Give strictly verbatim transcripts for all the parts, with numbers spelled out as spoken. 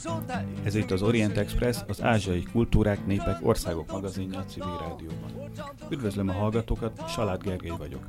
Ez itt az Orient Express, az Ázsiai Kultúrák, Népek, Országok magazinja a Civil Rádióban. Üdvözlöm a hallgatókat, Salád Gergely vagyok.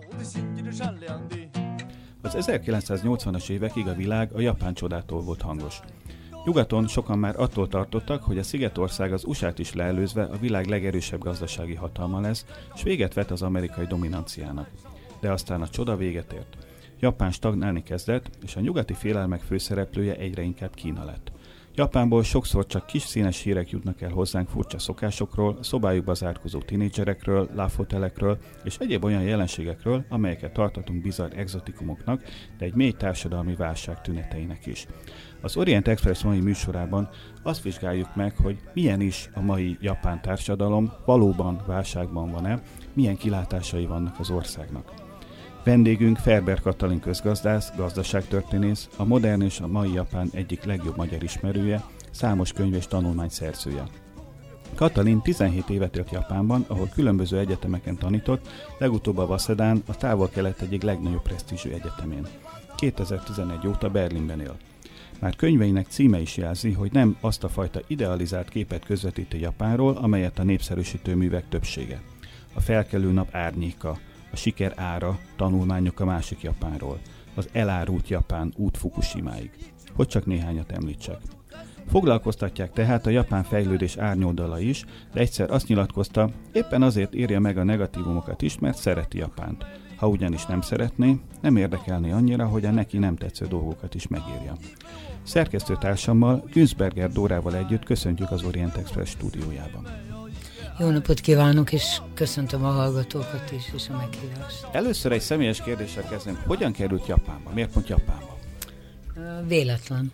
Az ezerkilencszáznyolcvanas évekig a világ a japán csodától volt hangos. Nyugaton sokan már attól tartottak, hogy a Szigetország az u es á-t is leelőzve a világ legerősebb gazdasági hatalma lesz, s véget vet az amerikai dominanciának. De aztán a csoda véget ért. Japán stagnálni kezdett, és a nyugati félelmek főszereplője egyre inkább Kína lett. Japánból sokszor csak kis színes hírek jutnak el hozzánk furcsa szokásokról, szobájukba zárkozó tinédzserekről, lávhotelekről és egyéb olyan jelenségekről, amelyeket tartatunk bizarr egzotikumoknak, de egy mély társadalmi válság tüneteinek is. Az Orient Express mai műsorában azt vizsgáljuk meg, hogy milyen is a mai japán társadalom, valóban válságban van-e, milyen kilátásai vannak az országnak. Vendégünk Ferber Katalin közgazdász, gazdaságtörténész, a modern és a mai Japán egyik legjobb magyar ismerője, számos könyv és tanulmány szerzője. Katalin tizenhét évet élt Japánban, ahol különböző egyetemeken tanított, legutóbb a Wasedán, a távol-kelet egyik legnagyobb presztízsű egyetemén. kétezer-tizenegy óta Berlinben él. Már könyveinek címe is jelzi, hogy nem azt a fajta idealizált képet közvetíti Japánról, amelyet a népszerűsítő művek többsége. A felkelő nap árnyéka, a siker ára, tanulmányok a másik Japánról, az elárult Japán út Fukushimáig. Hogy csak néhányat említsek. Foglalkoztatják tehát a japán fejlődés árnyoldala is, de egyszer azt nyilatkozta, éppen azért írja meg a negatívumokat is, mert szereti Japánt. Ha ugyanis nem szeretné, nem érdekelné annyira, hogy a neki nem tetsző dolgokat is megírja. Szerkesztőtársammal, Günzberger Dórával együtt köszöntjük az Orient Express stúdiójában. Jó napot kívánok, és köszöntöm a hallgatókat is, és a meghívást. Először egy személyes kérdéssel kezdem. Hogyan került Japánba? Miért pont Japánba? Véletlen.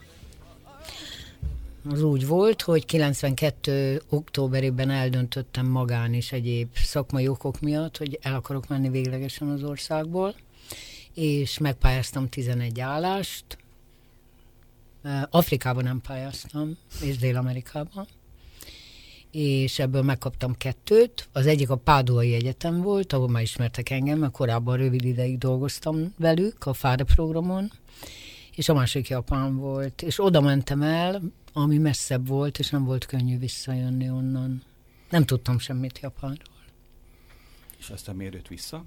Az úgy volt, hogy kilencvenkettő októberében eldöntöttem magán is egyéb szakmai okok miatt, hogy el akarok menni véglegesen az országból, és megpályáztam tizenegy állást. Afrikában nem pályáztam, és Dél-Amerikában. És ebből megkaptam kettőt. Az egyik a Páduai Egyetem volt, ahol már ismertek engem, mert korábban rövid ideig dolgoztam velük a FADE programon, és a másik Japán volt. És oda mentem el, ami messzebb volt, és nem volt könnyű visszajönni onnan. Nem tudtam semmit Japánról. És aztán miért jött vissza?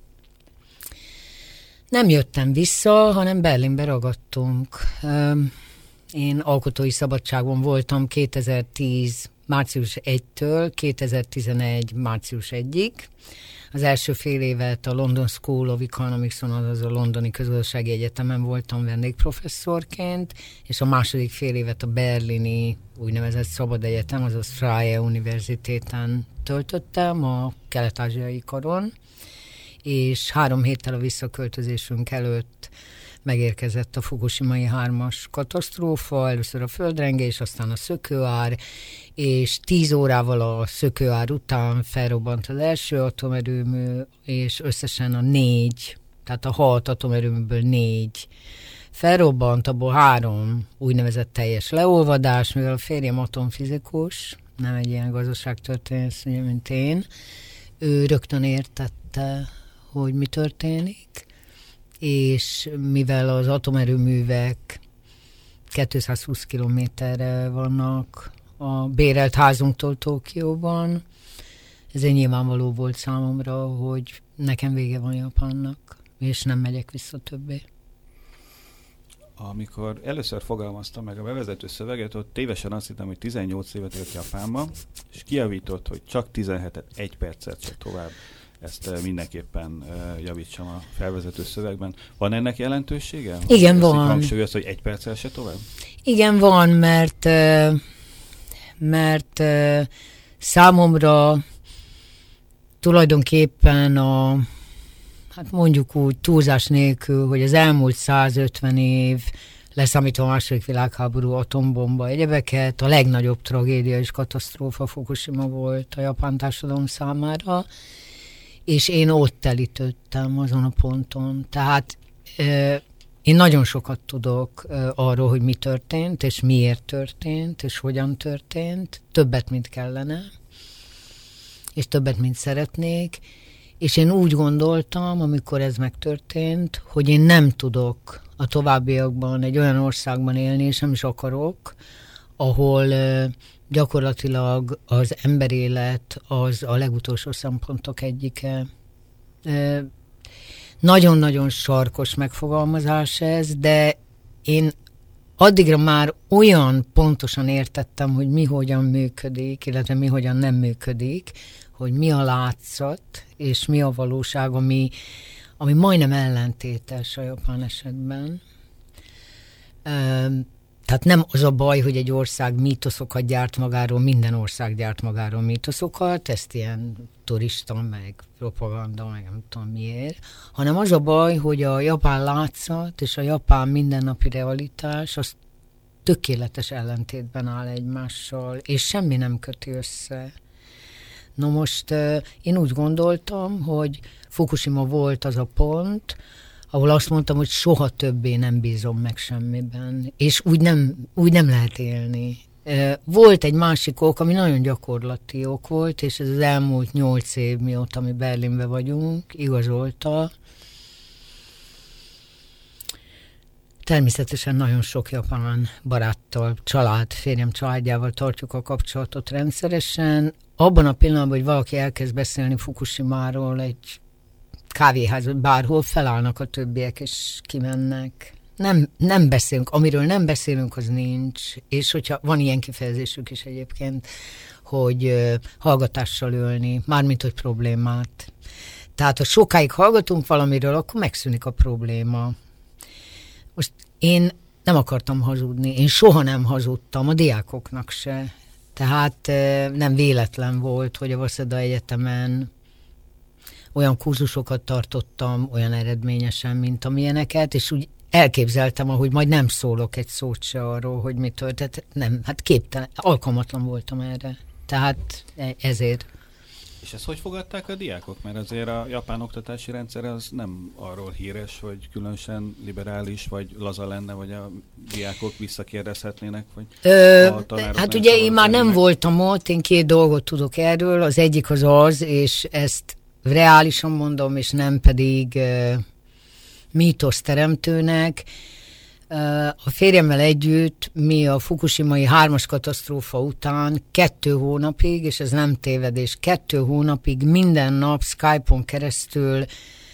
Nem jöttem vissza, hanem Berlinbe ragadtunk. Én alkotói szabadságon voltam kétezer-tíz március elsejétől kétezer-tizenegy március elsejéig. Az első fél évet a London School of Economics-on, azaz a Londoni Közgazdasági Egyetemen voltam vendégprofesszorként, és a második fél évet a berlini úgynevezett Szabad Egyetem, azaz Freie Universitäten töltöttem a kelet-ázsiai karon, és három héttel a visszaköltözésünk előtt megérkezett a Fukushimai hármas katasztrófa, először a földrengés, aztán a szökőár, és tíz órával a szökőár után felrobbant az első atomerőmű, és összesen a négy, tehát a hat atomerőműből négy felrobbant, abból három úgynevezett teljes leolvadás, mivel a férjem atomfizikus, nem egy ilyen gazdaságtörténész, mint én, ő rögtön értette, hogy mi történik, és mivel az atomerőművek kétszázhúsz kilométerre vannak a bérelt házunktól Tokióban, ezért nyilvánvaló volt számomra, hogy nekem vége van Japánnak, és nem megyek vissza többé. Amikor először fogalmaztam meg a bevezető szöveget, ott tévesen azt hittem, hogy tizennyolc évet élt Japánba, és kijavított, hogy csak tizenhetet, egy percet se tovább. Ezt mindenképpen javítsam a felvezető szövegben. Van ennek jelentősége? Igen, van. Hangsúlyoz, hogy egy perccel se tovább? Igen, van, mert, mert számomra tulajdonképpen a, hát mondjuk úgy túlzás nélkül, hogy az elmúlt százötven év, leszámítva a második világháború, atombomba, egyebeket, a legnagyobb tragédia és katasztrófa Fukushima volt a japán társadalom számára, és én ott elütöttem azon a ponton. Tehát euh, én nagyon sokat tudok euh, arról, hogy mi történt, és miért történt, és hogyan történt. Többet, mint kellene, és többet, mint szeretnék. És én úgy gondoltam, amikor ez megtörtént, hogy én nem tudok a továbbiakban egy olyan országban élni, és nem is akarok, ahol gyakorlatilag az emberélet az a legutolsó szempontok egyike. Nagyon-nagyon sarkos megfogalmazás ez, de én addigra már olyan pontosan értettem, hogy mi hogyan működik, illetve mi hogyan nem működik, hogy mi a látszat, és mi a valóság, ami, ami majdnem ellentétes a japán esetben. Tehát nem az a baj, hogy egy ország mítoszokat gyárt magáról, minden ország gyárt magáról mítoszokat, ezt ilyen turista, meg propaganda, meg nem tudom miért, hanem az a baj, hogy a japán látszat és a japán mindennapi realitás az tökéletes ellentétben áll egymással, és semmi nem köti össze. No most én úgy gondoltam, hogy Fukushima volt az a pont, ahol azt mondtam, hogy soha többé nem bízom meg semmiben, és úgy nem, úgy nem lehet élni. Volt egy másik ok, ami nagyon gyakorlati ok volt, és ez az elmúlt nyolc év mióta mi Berlinben vagyunk, igazolta. Természetesen nagyon sok japán baráttal, család, férjem családjával tartjuk a kapcsolatot rendszeresen. Abban a pillanatban, hogy valaki elkezd beszélni Fukushimáról egy kávéházban, bárhol felállnak a többiek, és kimennek. Nem, nem beszélünk, amiről nem beszélünk, az nincs. És hogyha van ilyen kifejezésük is egyébként, hogy uh, hallgatással ölni, mármint hogy problémát. Tehát ha sokáig hallgatunk valamiről, akkor megszűnik a probléma. Most én nem akartam hazudni, én soha nem hazudtam, a diákoknak se. Tehát uh, nem véletlen volt, hogy a Waseda Egyetemen olyan kurzusokat tartottam, olyan eredményesen, mint amilyeneket, és úgy elképzeltem, ahogy majd nem szólok egy szót se arról, hogy mi történt. Nem, hát képtelen, alkalmatlan voltam erre. Tehát ezért. És ezt hogy fogadták a diákok? Mert azért a japán oktatási rendszer az nem arról híres, hogy különösen liberális, vagy laza lenne, vagy a diákok visszakérdezhetnének, vagy Ö, hát ugye én már nem voltam ott, én két dolgot tudok erről. Az egyik az az, és ezt reálisan mondom, és nem pedig uh, mítosz teremtőnek. Uh, a férjemmel együtt mi a fukushimai hármas katasztrófa után kettő hónapig, és ez nem tévedés, kettő hónapig minden nap Skype-on keresztül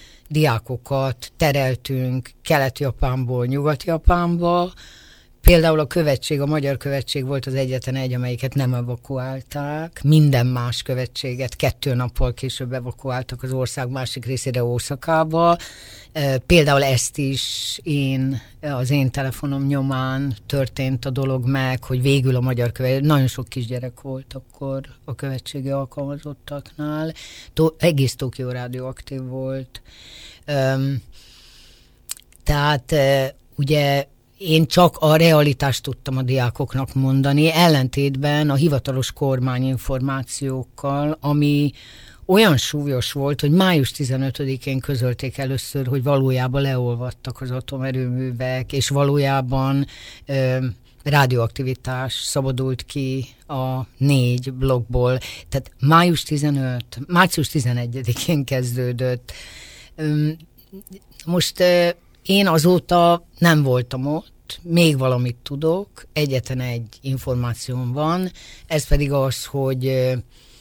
diákokat tereltünk Kelet-Japánból Nyugat-Japánba. Például a követség, a magyar követség volt az egyetlen egy, amelyiket nem evakuálták. Minden más követséget kettő nappal később evakuáltak az ország másik részére, Oszakába. Például ezt is én, az én telefonom nyomán történt a dolog meg, hogy végül a magyar követség, nagyon sok kisgyerek volt akkor a követségi alkalmazottaknál. To- egész Tokió rádióaktív volt. Um, tehát uh, ugye én csak a realitást tudtam a diákoknak mondani, ellentétben a hivatalos kormányinformációkkal, ami olyan súlyos volt, hogy május tizenötödikén közölték először, hogy valójában leolvadtak az atomerőművek, és valójában ö, radioaktivitás szabadult ki a négy blokkból. Tehát május tizenötödikén, március tizenegyedikén kezdődött. Ö, most... Ö, Én azóta nem voltam ott, még valamit tudok, egyetlen egy információm van, ez pedig az, hogy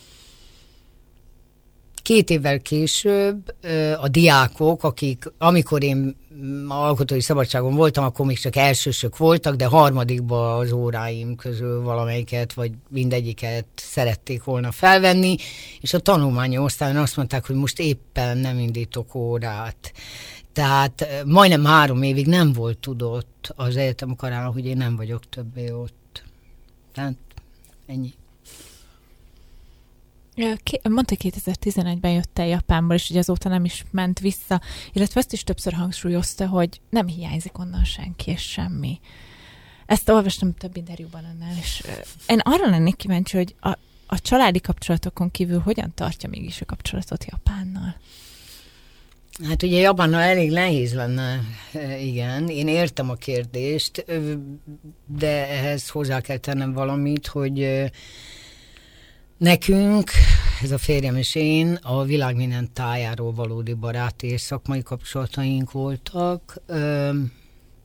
két évvel később a diákok, akik, amikor én alkotói szabadságon voltam, akkor még csak elsősök voltak, de harmadikban az óráim közül valamelyiket, vagy mindegyiket szerették volna felvenni, és a tanulmányi osztályon azt mondták, hogy most éppen nem indítok órát. Tehát majdnem három évig nem volt tudott az egyetem karán, hogy én nem vagyok többé ott. Tehát ennyi. Mondta, hogy kétezer-tizenegyben jött el Japánból, és ugye azóta nem is ment vissza, illetve azt is többször hangsúlyozta, hogy nem hiányzik onnan senki és semmi. Ezt olvastam több interjúban önnel, és én arra lennék kíváncsi, hogy a, a családi kapcsolatokon kívül hogyan tartja mégis a kapcsolatot Japánnal? Hát ugye Japánnal elég nehéz lenne, igen. Én értem a kérdést, de ehhez hozzá kell tennem valamit, hogy nekünk, ez a férjem és én, a világ minden tájáról valódi baráti és szakmai kapcsolataink voltak.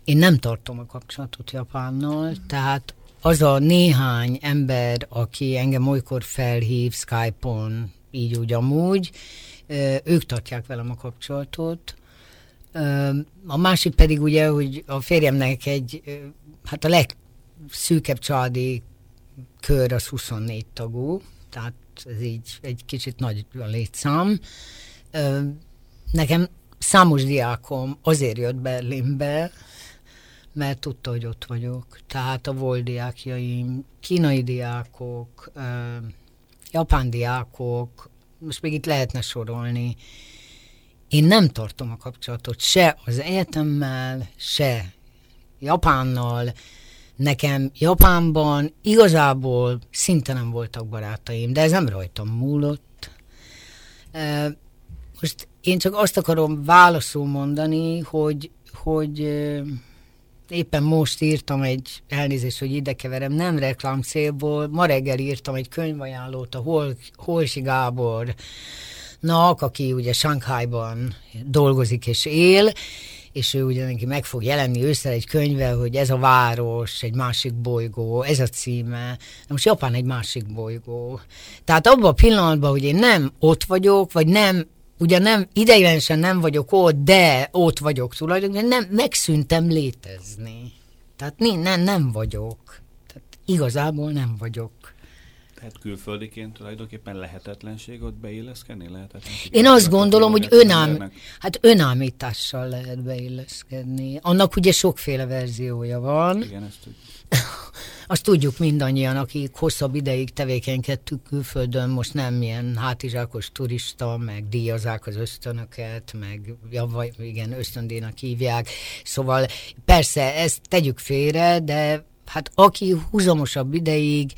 én nem tartom a kapcsolatot Japánnal, tehát az a néhány ember, aki engem olykor felhív Skype-on, így úgy amúgy, ők tartják velem a kapcsolatot. A másik pedig ugye, hogy a férjemnek egy, hát a legszűkebb családi kör az huszonnégy tagú, tehát ez így egy kicsit nagy a létszám. Nekem számos diákom azért jött Berlinbe, mert tudta, hogy ott vagyok. Tehát a volt diákjaim, kínai diákok, japán diákok, most még itt lehetne sorolni. Én nem tartom a kapcsolatot se az egyetemmel, se Japánnal. Nekem Japánban igazából szinte nem voltak barátaim, de ez nem rajtam múlott. Most én csak azt akarom válaszul mondani, hogy, hogy éppen most írtam egy, elnézést, hogy ide keverem, nem reklám célból, ma reggel írtam egy könyvajánlót a Hol, Holsi Gábornak, aki ugye Shanghaiban dolgozik és él, és ő ugye neki meg fog jelenni ősszel egy könyvvel, hogy ez a város, egy másik bolygó, ez a címe. De most Japán egy másik bolygó. Tehát abban a pillanatban, hogy én nem ott vagyok, vagy nem, ugye nem, ideiglenesen nem vagyok ott, de ott vagyok tulajdonképpen, nem, megszűntem létezni. Tehát nem, nem vagyok. Tehát igazából nem vagyok. Tehát külföldiként tulajdonképpen lehetetlenség ott beilleszkedni? Lehetetlenség? Én azt gondolom, hogy önám, hát önállítással lehet beilleszkedni. Annak ugye sokféle verziója van. Igen, ezt tudjuk. Azt tudjuk mindannyian, akik hosszabb ideig tevékenykedtük külföldön, most nem ilyen hátizsákos turista, meg díjazzák az ösztönöket, meg ja, vagy, igen, ösztöndíjnak hívják. Szóval persze ezt tegyük félre, de hát aki húzamosabb ideig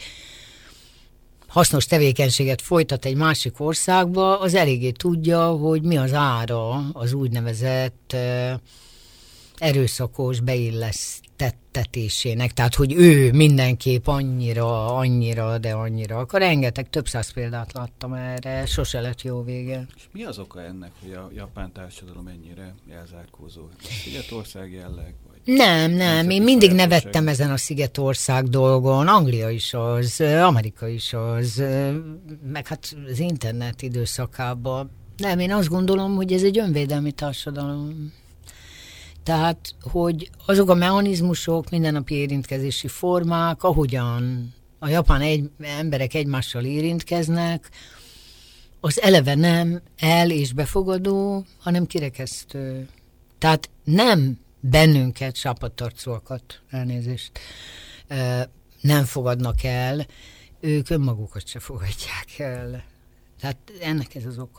hasznos tevékenységet folytat egy másik országba, az eléggé tudja, hogy mi az ára az úgynevezett uh, erőszakos beillesztetésének. Tehát, hogy ő mindenképp annyira, annyira, de annyira akar. Rengeteg, több száz példát láttam erre, sose lett jó vége. És mi az oka ennek, hogy a japán társadalom ennyire elzárkózó? Szigetország jelleg? Nem, nem, én mindig nevettem ezen a Szigetország dolgon, Anglia is az, Amerika is az, meg hát az internet időszakában. Nem, én azt gondolom, hogy ez egy önvédelmi társadalom. Tehát, hogy azok a mechanizmusok, mindennapi érintkezési formák, ahogyan a japán egy, emberek egymással érintkeznek, az eleve nem el- és befogadó, hanem kirekesztő. Tehát nem bennünket, sápadtarcúakat, elnézést, nem fogadnak el, ők önmagukat se fogadják el. Tehát ennek ez az oka.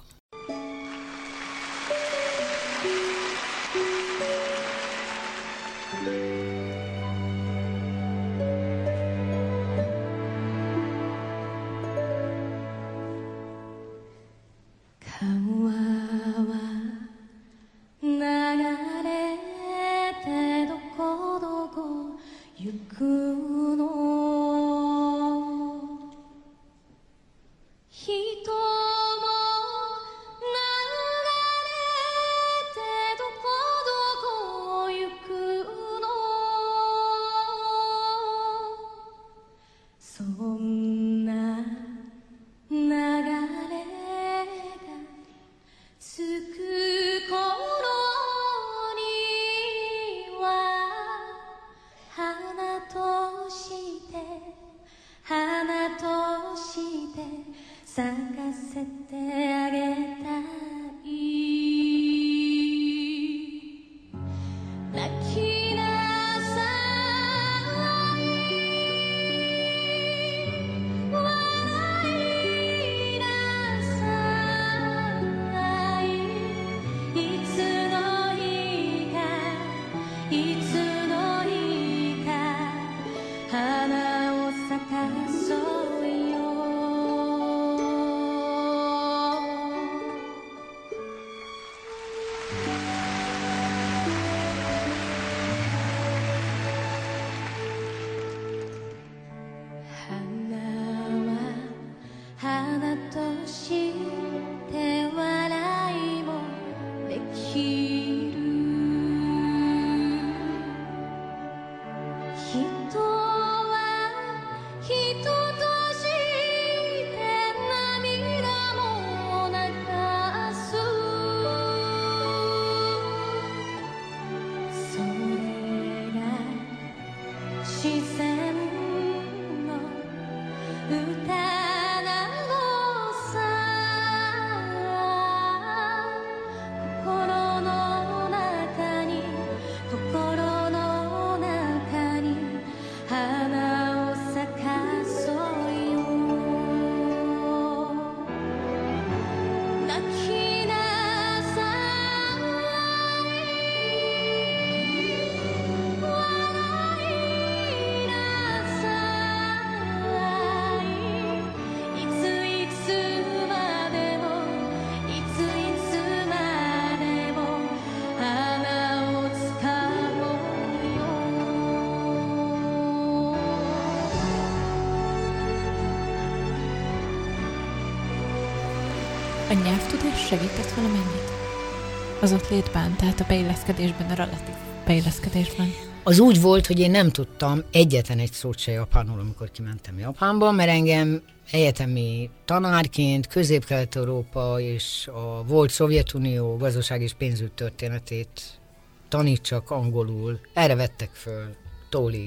A nyelvtudás segített valamennyit? Az ott létben, tehát a beilleszkedésben, a relatív beilleszkedésben. Az úgy volt, hogy én nem tudtam egyetlen egy szót se japánul, amikor kimentem Japánba, mert engem egyetemi tanárként Közép-Kelet-Európa és a volt Szovjetunió gazdaság és pénzügy történetét tanítsak angolul. Erre vettek föl tólig.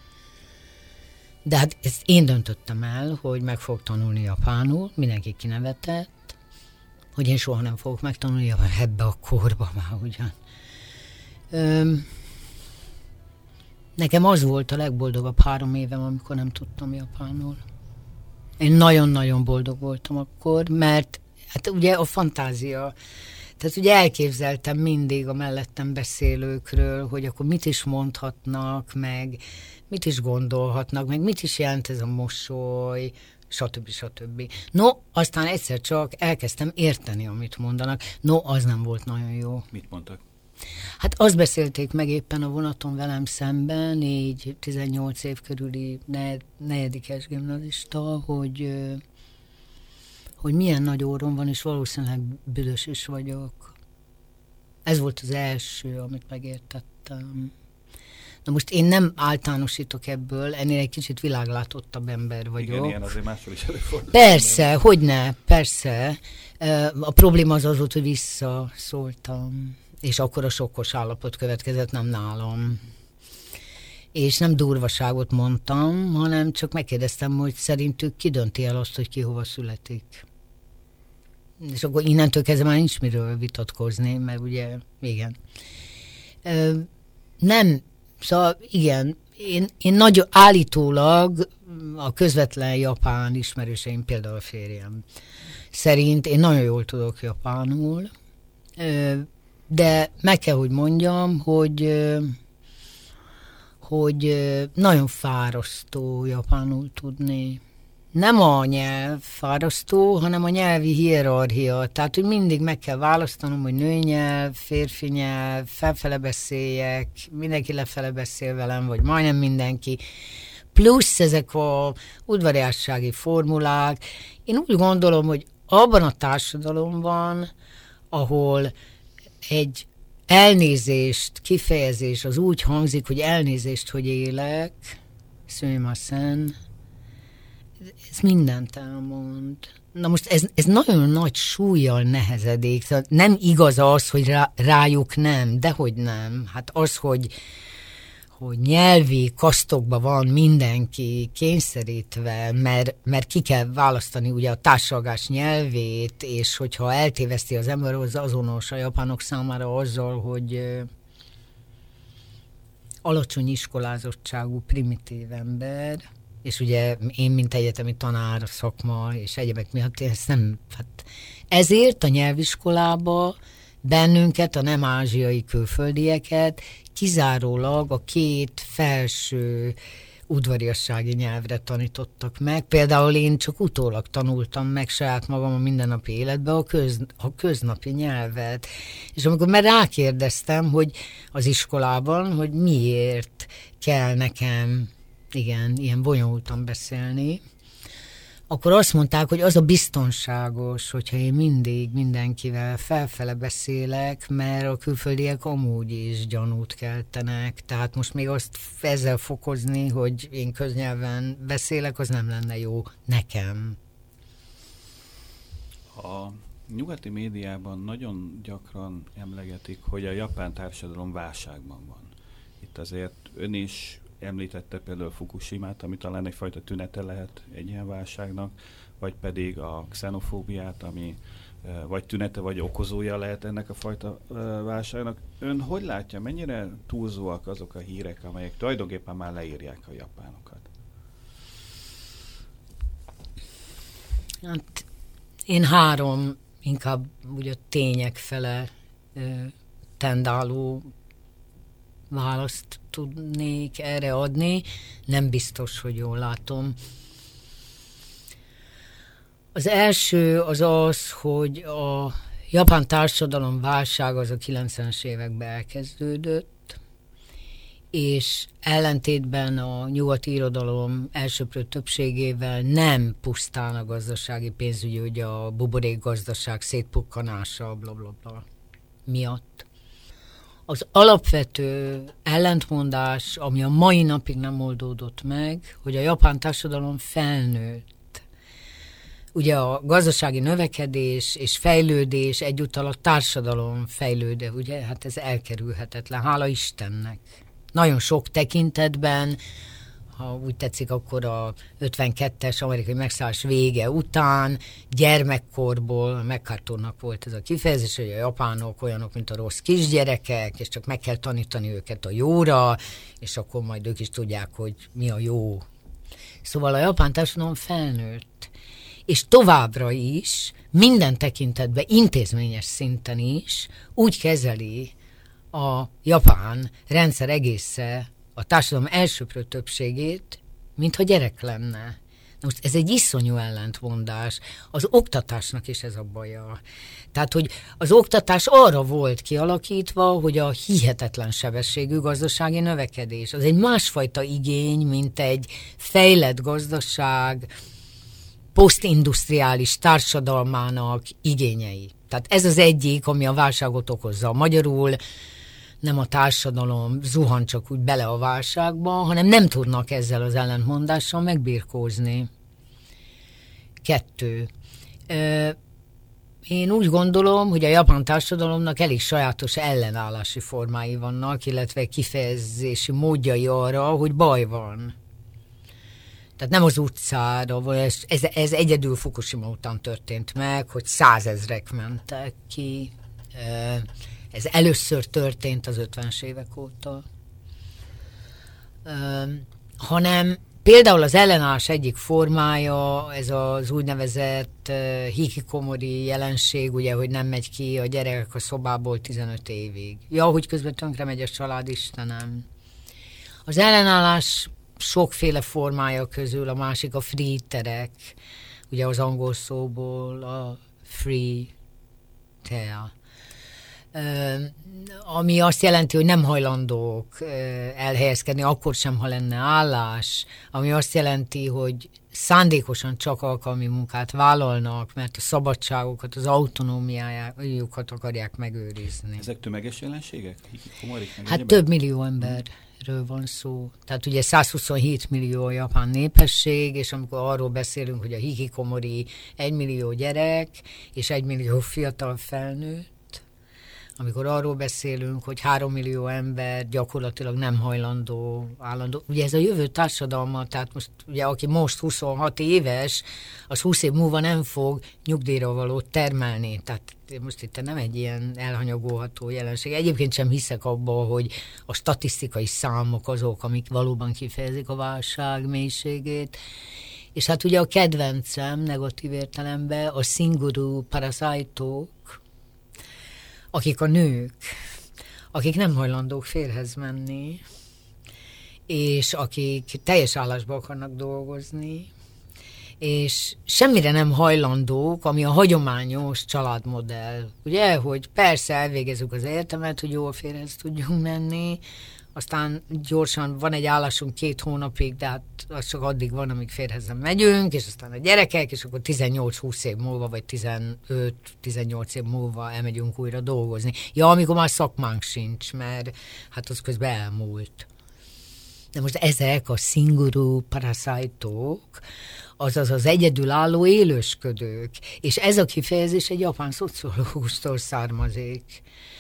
De hát ezt én döntöttem el, hogy meg fogok tanulni japánul, mindenki kinevetett, hogy én soha nem fogok megtanulni ebbe a korba már ugyan. Öm, nekem az volt a legboldogabb három évem, amikor nem tudtam japánul. Én nagyon-nagyon boldog voltam akkor, mert hát ugye a fantázia, tehát ugye elképzeltem mindig a mellettem beszélőkről, hogy akkor mit is mondhatnak, meg mit is gondolhatnak, meg mit is jelent ez a mosoly, stb. stb. No, aztán egyszer csak elkezdtem érteni, amit mondanak. No, az nem volt nagyon jó. Mit mondtak? Hát azt beszélték meg éppen a vonaton velem szemben, így tizennyolc év körüli negyedikes gimnazista, hogy, hogy milyen nagy orrom van, és valószínűleg büdös is vagyok. Ez volt az első, amit megértettem. Na most én nem általánosítok ebből, ennél egy kicsit világlátottabb ember vagyok. Igen, ilyen azért máshol is előfordul. Persze, hogyne, persze. A probléma az az volt, hogy visszaszóltam, és akkor a sokkos állapot következett, nem nálam. És nem durvaságot mondtam, hanem csak megkérdeztem, hogy szerintük ki dönti el azt, hogy ki hova születik. És akkor innentől kezdve már nincs miről vitatkozni, mert ugye, igen. Nem, szóval igen, én, én nagyon állítólag a közvetlen japán ismerőseim, például a férjem szerint én nagyon jól tudok japánul, de meg kell, hogy mondjam, hogy, hogy nagyon fárasztó japánul tudni. Nem a nyelv fárasztó, hanem a nyelvi hierarchia. Tehát, hogy mindig meg kell választanom, hogy nőnyelv, férfi nyelv, felfele beszéljek, mindenki lefele beszél velem, vagy majdnem mindenki. Plusz ezek a udvariassági formulák. Én úgy gondolom, hogy abban a társadalomban, ahol egy elnézést, kifejezés az úgy hangzik, hogy elnézést, hogy élek, szümimasen, ez mindent elmond. Na most ez, ez nagyon nagy súllyal nehezedik. Nem igaz az, hogy rá, rájuk nem, dehogy nem. Hát az, hogy, hogy nyelvi kasztokban van mindenki kényszerítve, mert, mert ki kell választani ugye a társalgás nyelvét, és hogyha eltéveszti az ember, az azonos a japánok számára azzal, hogy alacsony iskolázottságú, primitív ember, és ugye én, mint egyetemi tanár, szakma és egyebek miatt, ezt nem, hát ezért a nyelviskolába bennünket, a nem ázsiai külföldieket kizárólag a két felső udvariassági nyelvre tanítottak meg. Például én csak utólag tanultam meg saját magam a mindennapi életben a, köz, a köznapi nyelvet. És amikor már rákérdeztem, hogy az iskolában, hogy miért kell nekem igen, ilyen bonyolultan beszélni, akkor azt mondták, hogy az a biztonságos, hogyha én mindig mindenkivel felfele beszélek, mert a külföldiek amúgy is gyanút keltenek, tehát most még azt ezzel fokozni, hogy én köznyelven beszélek, az nem lenne jó nekem. A nyugati médiában nagyon gyakran emlegetik, hogy a japán társadalom válságban van. Itt azért ön is említette például Fukushimát, ami talán egyfajta tünete lehet egy ilyen válságnak, vagy pedig a xenofóbiát, ami vagy tünete, vagy okozója lehet ennek a fajta válságnak. Ön hogy látja, mennyire túlzóak azok a hírek, amelyek tulajdonképpen már leírják a japánokat? Hát én három, inkább ugye tények fele ö, tendáló választ tudnék erre adni. Nem biztos, hogy jól látom. Az első az az, hogy a japán társadalom válság az a kilencvenes években elkezdődött, és ellentétben a nyugati irodalom elsöprő többségével nem pusztán a gazdasági pénzügyi, ugye a buborék gazdaság szétpukkanása, blablabla bla, bla, miatt. Az alapvető ellentmondás, ami a mai napig nem oldódott meg, hogy a japán társadalom felnőtt. Ugye a gazdasági növekedés és fejlődés egyúttal a társadalom fejlőde, ugye? Hát ez elkerülhetetlen, hála Istennek. Nagyon sok tekintetben, ha úgy tetszik, akkor a ötvenkettes amerikai megszállás vége után, gyermekkorból, MacArthurnak volt ez a kifejezés, hogy a japánok olyanok, mint a rossz kisgyerekek, és csak meg kell tanítani őket a jóra, és akkor majd ők is tudják, hogy mi a jó. Szóval a japán társadalom felnőtt, és továbbra is, minden tekintetben, intézményes szinten is úgy kezeli a japán rendszer egésze a társadalom elsöprő többségét, mintha gyerek lenne. Na most ez egy iszonyú ellentmondás. Az oktatásnak is ez a baja. Tehát, hogy az oktatás arra volt kialakítva, hogy a hihetetlen sebességű gazdasági növekedés. Az egy másfajta igény, mint egy fejlett gazdaság, posztindustriális társadalmának igényei. Tehát ez az egyik, ami a válságot okozza. Magyarul nem a társadalom zuhan csak úgy bele a válságba, hanem nem tudnak ezzel az ellentmondással megbirkózni. Kettő. Én úgy gondolom, hogy a japán társadalomnak elég sajátos ellenállási formái vannak, illetve kifejezési módjai arra, hogy baj van. Tehát nem az utcára, ez, ez, ez egyedül Fukushima után történt meg, hogy százezrek mentek ki. Ez először történt az ötvenes évek óta. Hanem például az ellenállás egyik formája, ez az úgynevezett hikikomori jelenség, ugye, hogy nem megy ki a gyerek a szobából tizenöt évig. Ja, hogy közben tönkre megy a család, Istenem. Az ellenállás sokféle formája közül a másik a free terek, ugye az angol szóból a free tere, ami azt jelenti, hogy nem hajlandók elhelyezkedni, akkor sem, ha lenne állás, ami azt jelenti, hogy szándékosan csak alkalmi munkát vállalnak, mert a szabadságokat, az autonómiájukat akarják megőrizni. Ezek tömeges jelenségek? Komorik, hát egyébben? Több millió emberről van szó. Tehát ugye százhuszonhét millió japán népesség, és amikor arról beszélünk, hogy a hikikomori egy millió gyerek, és egy millió fiatal felnőtt, amikor arról beszélünk, hogy három millió ember gyakorlatilag nem hajlandó, állandó. Ugye ez a jövő társadalma, tehát most ugye aki most huszonhat éves, az húsz év múlva nem fog nyugdíjra valót termelni. Tehát most itt nem egy ilyen elhanyagolható jelenség. Egyébként sem hiszek abba, hogy a statisztikai számok azok, amik valóban kifejezik a válság mélységét. És hát ugye a kedvencem negatív értelemben a szinguru parasaitók, akik a nők, akik nem hajlandók férhez menni, és akik teljes állásba akarnak dolgozni, és semmire nem hajlandók, ami a hagyományos családmodell. Ugye, hogy persze elvégezzük az egyetemet, hogy jól férhez tudjunk menni, aztán gyorsan van egy állásunk két hónapig, de hát az csak addig van, amíg férhez nem megyünk, és aztán a gyerekek, és akkor tizennyolc-húsz év múlva, vagy tizenöt-tizennyolc év múlva elmegyünk újra dolgozni. Ja, amikor már szakmánk sincs, mert hát az közben elmúlt. De most ezek a szinguru parasaitók, azaz az egyedülálló élősködők, és ez a kifejezés egy japán szociológustól származik.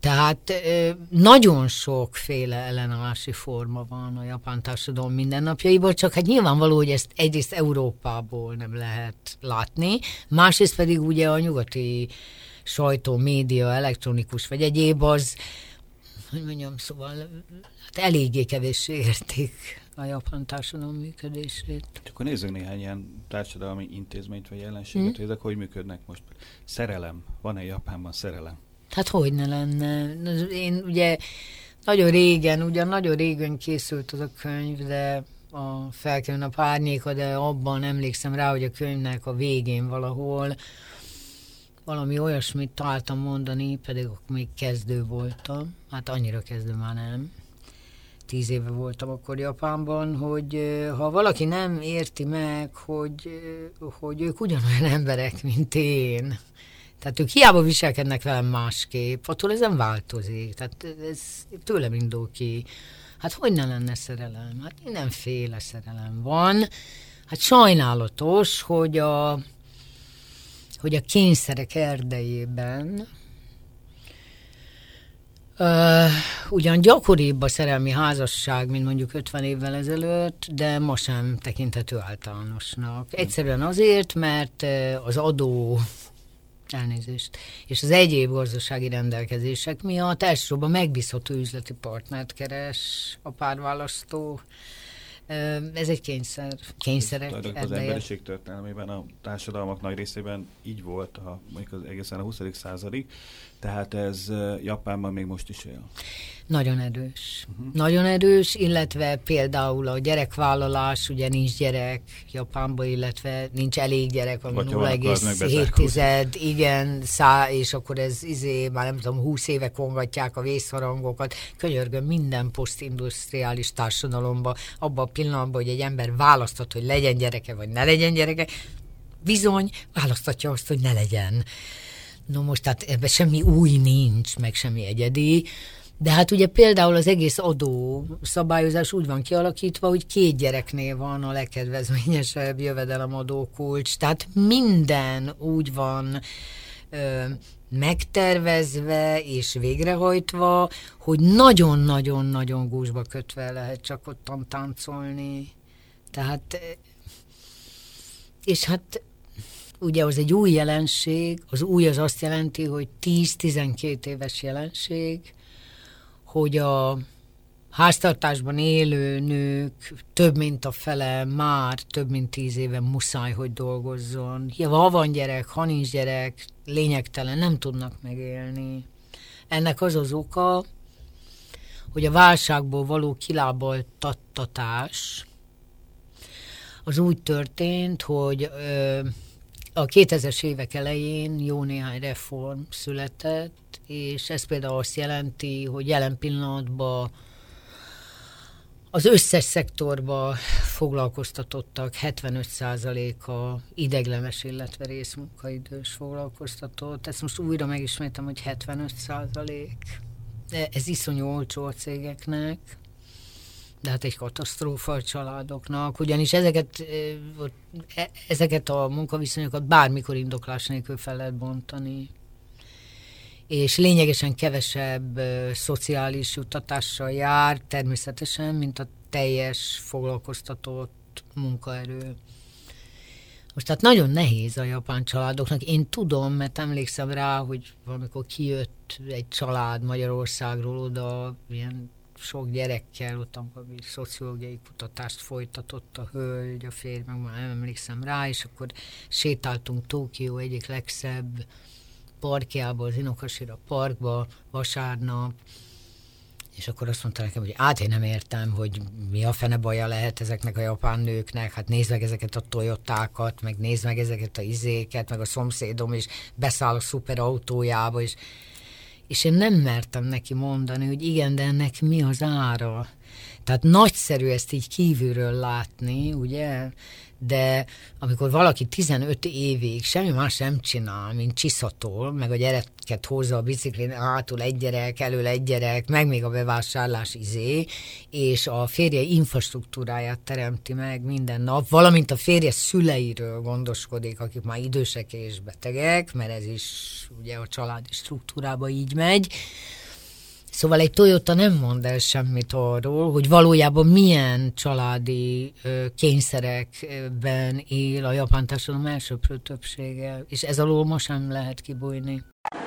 Tehát nagyon sokféle ellenállási forma van a japán társadalom mindennapjaiból, csak hát nyilvánvaló, hogy ezt egyrészt Európából nem lehet látni, másrészt pedig ugye a nyugati sajtó, média, elektronikus vagy egyéb az, hogy mondjam, szóval hát eléggé kevéssé értik a japán társadalom működését. Akkor nézzük néhány ilyen társadalmi intézményt vagy jelenséget, hmm. hogy ezek hogy működnek most. Szerelem. Van-e Japánban szerelem? Hát hogy ne lenne. Én ugye nagyon régen, ugyan nagyon régen készült az a könyv, de a Felkelő nap árnyéka, de abban emlékszem rá, hogy a könyvnek a végén valahol valami olyasmit találtam mondani, pedig akkor még kezdő voltam. Hát annyira kezdő már nem. Tíz éve voltam akkor Japánban, hogy ha valaki nem érti meg, hogy, hogy ők ugyanolyan emberek, mint én, tehát ők hiába viselkednek velem másképp, attól ez nem változik. Tehát ez tőlem indul ki. Hát hogy ne lenne szerelem? Hát mindenféle szerelem van. Hát sajnálatos, hogy a, hogy a kényszerek erdejében Uh, ugyan gyakoribb a szerelmi házasság, mint mondjuk ötven évvel ezelőtt, de ma sem tekinthető általánosnak. Egyszerűen azért, mert az adó, elnézést, és az egyéb gazdasági rendelkezések miatt elsősorban megbízható üzleti partnert keres a párválasztó. Ez egy kényszer, kényszerek. Az emberiség történelmében a társadalmak nagy részében így volt, a, mondjuk az egészen a huszadik századig, tehát ez Japánban még most is él. Nagyon erős. Uh-huh. Nagyon erős, illetve például a gyerekvállalás, ugye nincs gyerek Japánban, illetve nincs elég gyerek, van nulla egész hét, igen, szá, és akkor ez izé, már nem tudom, húsz éve kongatják a vészharangokat. Könyörgöm, minden posztindustriális társadalomban, abban a pillanatban, hogy egy ember választhat, hogy legyen gyereke, vagy ne legyen gyereke, bizony választatja azt, hogy ne legyen. No most, tehát ebben semmi új nincs, meg semmi egyedi, de hát ugye például az egész adó szabályozás úgy van kialakítva, hogy két gyereknél van a legkedvezményesebb jövedelemadó kulcs, tehát minden úgy van ö, megtervezve és végrehajtva, hogy nagyon-nagyon-nagyon gúzsba kötve lehet csak ottan táncolni. Tehát, és hát ugye az egy új jelenség, az új az azt jelenti, hogy tíz-tizenkét éves jelenség, hogy a háztartásban élő nők több mint a fele már több mint tíz éve muszáj, hogy dolgozzon. Ha van gyerek, ha nincs gyerek, lényegtelen, nem tudnak megélni. Ennek az az oka, hogy a válságból való kilábaltattatás az úgy történt, hogy ö, a kétezres évek elején jó néhány reform született, és ez például azt jelenti, hogy jelen pillanatban az összes szektorban foglalkoztatottak hetvenöt százaléka ideiglenes, illetve részmunkaidős foglalkoztatott. Ezt most újra megismétem, hogy hetvenöt százalék. Ez iszonyú olcsó a cégeknek, de hát egy katasztrófa a családoknak, ugyanis ezeket, ezeket a munkaviszonyokat bármikor indoklás nélkül fel lehet bontani. És lényegesen kevesebb uh, szociális juttatással jár természetesen, mint a teljes foglalkoztatott munkaerő. Most tehát nagyon nehéz a japán családoknak. Én tudom, mert emlékszem rá, hogy valamikor kijött egy család Magyarországról oda, ilyen sok gyerekkel, ott valami szociológiai kutatást folytatott a hölgy, a férj, meg már nem emlékszem rá, és akkor sétáltunk Tokió egyik legszebb parkjába, az Inokashira parkba vasárnap, és akkor azt mondta nekem, hogy át én nem értem, hogy mi a fene baja lehet ezeknek a japán nőknek, hát nézd meg ezeket a Toyotákat, meg nézd meg ezeket a izéket, meg a szomszédom is beszáll a szuper autójába, és, és én nem mertem neki mondani, hogy igen, de ennek mi az ára. Tehát nagyszerű ezt így kívülről látni, ugye? De amikor valaki tizenöt évig semmi más nem csinál, mint csiszatol, meg a gyereket hozza a biciklén, hátul egy gyerek, elől egy gyerek, meg még a bevásárlás izé, és a férje infrastruktúráját teremti meg minden nap, valamint a férje szüleiről gondoskodik, akik már idősek és betegek, mert ez is ugye a családi struktúrában így megy. Szóval egy Toyota nem mond el semmit arról, hogy valójában milyen családi ö, kényszerekben él a japán társadalom elsőprő többsége, és ez alól ma sem lehet kibújni.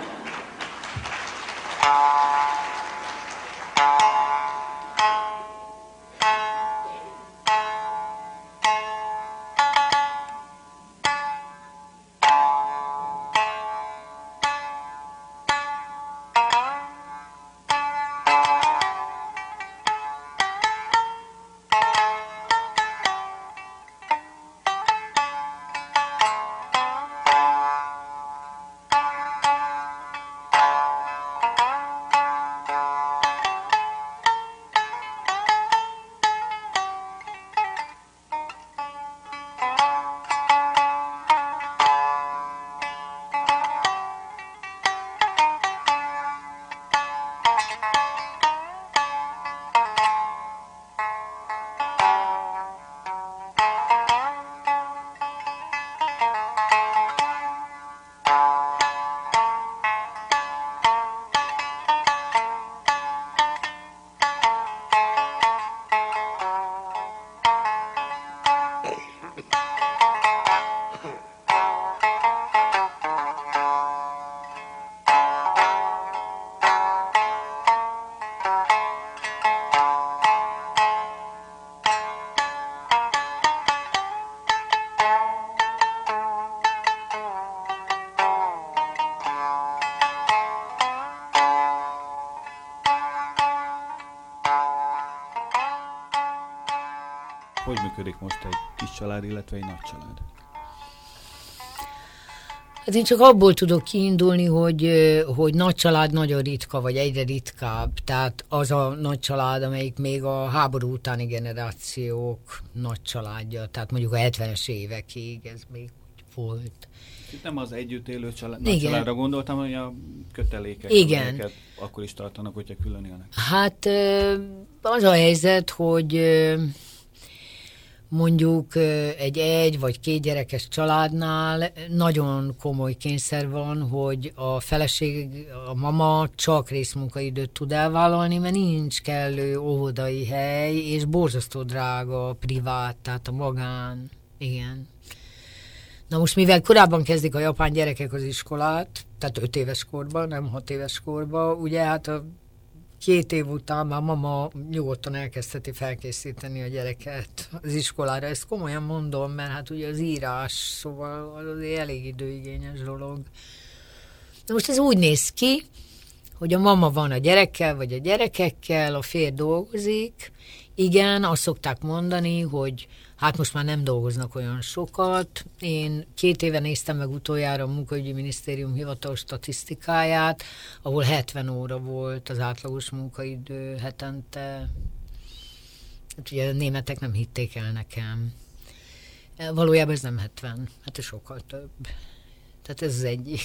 Hogy működik most egy kis család, illetve egy nagy család? Hát én csak abból tudok kiindulni, hogy, hogy nagy család nagyon ritka, vagy egyre ritkább. Tehát az a nagy család, amelyik még a háború utáni generációk nagy családja. Tehát mondjuk a hetvenes évekig ez még volt. Itt nem az együtt élő család, nagy családra gondoltam, hogy a kötelékek, igen, amelyeket akkor is tartanak, hogyha külön élnek. Hát az a helyzet, hogy mondjuk egy egy vagy két gyerekes családnál nagyon komoly kényszer van, hogy a feleség, a mama csak részmunkaidőt tud elvállalni, mert nincs kellő óvodai hely, és borzasztó drága a privát, tehát a magán. Igen. Na most, mivel korábban kezdik a japán gyerekek az iskolát, tehát öt éves korban, nem hat éves korban, ugye hát a két év után már mama nyugodtan elkezdheti felkészíteni a gyereket az iskolára. Ezt komolyan mondom, mert hát ugye az írás, szóval az elég időigényes dolog. De most ez úgy néz ki, hogy a mama van a gyerekkel, vagy a gyerekekkel, a férj dolgozik. Igen, azt szokták mondani, hogy hát most már nem dolgoznak olyan sokat. Én két éve néztem meg utoljára a Munkaügyi Minisztérium hivatalos statisztikáját, ahol hetven óra volt az átlagos munkaidő hetente. Hát ugye a németek nem hitték el nekem. Valójában ez nem hetven, hát ez sokkal több. Tehát ez az egyik.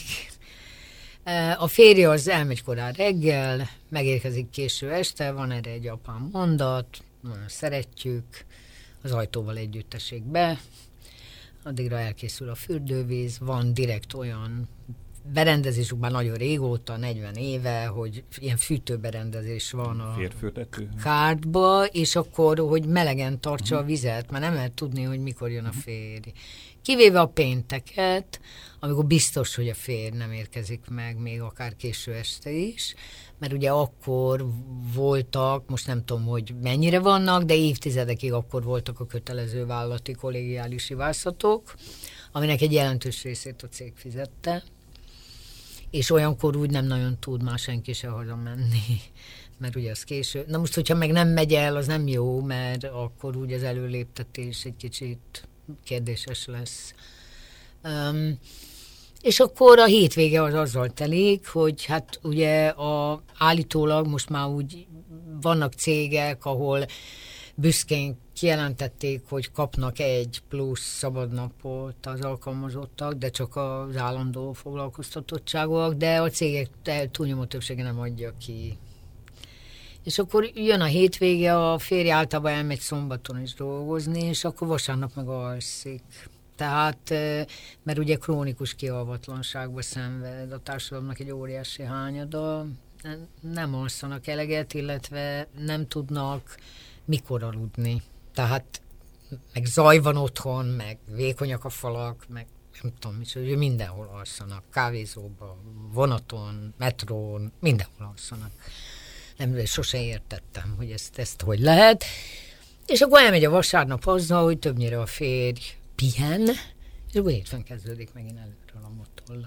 A férje az elmegy korán reggel, megérkezik késő este, van erre egy japán mondat, nagyon szeretjük, az ajtóval együtt tessék be, addigra elkészül a fürdővíz, van direkt olyan berendezésük már nagyon régóta, negyven éve, hogy ilyen fűtőberendezés van a kártba, és akkor, hogy melegen tartsa a vizet, mert nem lehet tudni, hogy mikor jön a férj. Kivéve a pénteket, amikor biztos, hogy a férj nem érkezik meg, még akár késő este is, mert ugye akkor voltak, most nem tudom, hogy mennyire vannak, de évtizedekig akkor voltak a kötelező vállalati kollégiális ivászatok, aminek egy jelentős részét a cég fizette, és olyankor úgy nem nagyon tud már senki se hazamenni, mert ugye az késő. Na most, hogyha meg nem megy el, az nem jó, mert akkor úgy az előléptetés egy kicsit kérdéses lesz. Um, és akkor a hétvége az azzal telik, hogy hát ugye a, állítólag most már úgy vannak cégek, ahol büszkén kijelentették, hogy kapnak egy plusz szabadnapot az alkalmazottak, de csak az állandó foglalkoztatottságúak, de a cégek túlnyomó többsége nem adja ki. És akkor jön a hétvége, a férj általában elmegy szombaton is dolgozni, és akkor vasárnap meg alszik. Tehát, mert ugye krónikus kialvatlanságba szenved, a társadalomnak egy óriási hányada, nem alszanak eleget, illetve nem tudnak mikor aludni. Tehát meg zaj van otthon, meg vékonyak a falak, meg nem tudom, és hogy mindenhol alszanak. Kávézóban, vonaton, metrón, mindenhol alszanak. Nem, sose értettem, hogy ezt, ezt hogy lehet. És akkor elmegy a vasárnap azzal, hogy többnyire a férj pihen, és akkor hétfőn kezdődik megint előről a motolla.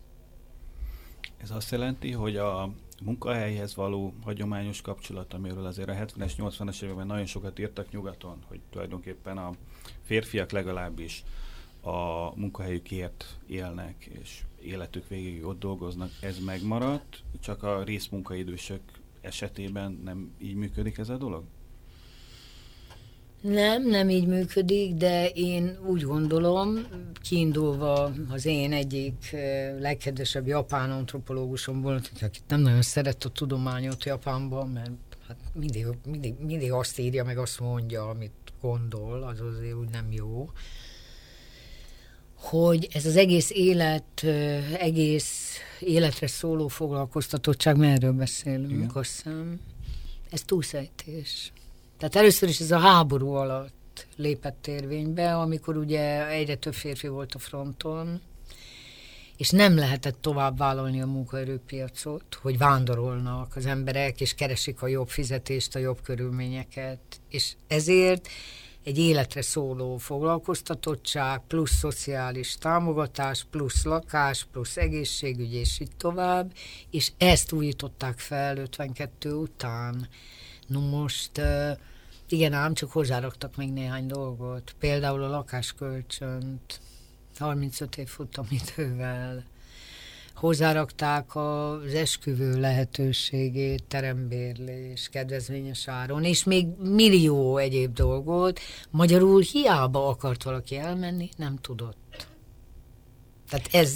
Ez azt jelenti, hogy a munkahelyhez való hagyományos kapcsolat, amiről azért a hetvenes, nyolcvanas években nagyon sokat írtak nyugaton, hogy tulajdonképpen a férfiak legalábbis a munkahelyükért élnek, és életük végig ott dolgoznak, ez megmaradt, csak a részmunkaidősök esetében nem így működik ez a dolog? Nem, nem így működik, de én úgy gondolom, kiindulva az én egyik legkedvesebb japán antropológusom volt, akit nem nagyon szeret a tudományot Japánban, mert hát mindig, mindig, mindig azt írja, meg azt mondja, amit gondol, az azért úgy nem jó, hogy ez az egész élet, egész életre szóló foglalkoztatottság, merről beszélünk, igen, azt hiszem, ez túlszejtés. Tehát először is ez a háború alatt lépett érvénybe, amikor ugye egyre több férfi volt a fronton, és nem lehetett tovább vállalni a munkaerőpiacot, hogy vándorolnak az emberek, és keresik a jobb fizetést, a jobb körülményeket, és ezért egy életre szóló foglalkoztatottság, plusz szociális támogatás, plusz lakás, plusz egészségügy, és így tovább, és ezt újították fel ötvenkettő után. No most, igen ám, csak hozzáraktak még néhány dolgot. Például a lakáskölcsönt, harmincöt év futamidővel. Hozzárakták az esküvő lehetőségét, terembérlés, kedvezményes áron, és még millió egyéb dolgot. Magyarul hiába akart valaki elmenni, nem tudott. Tehát ez...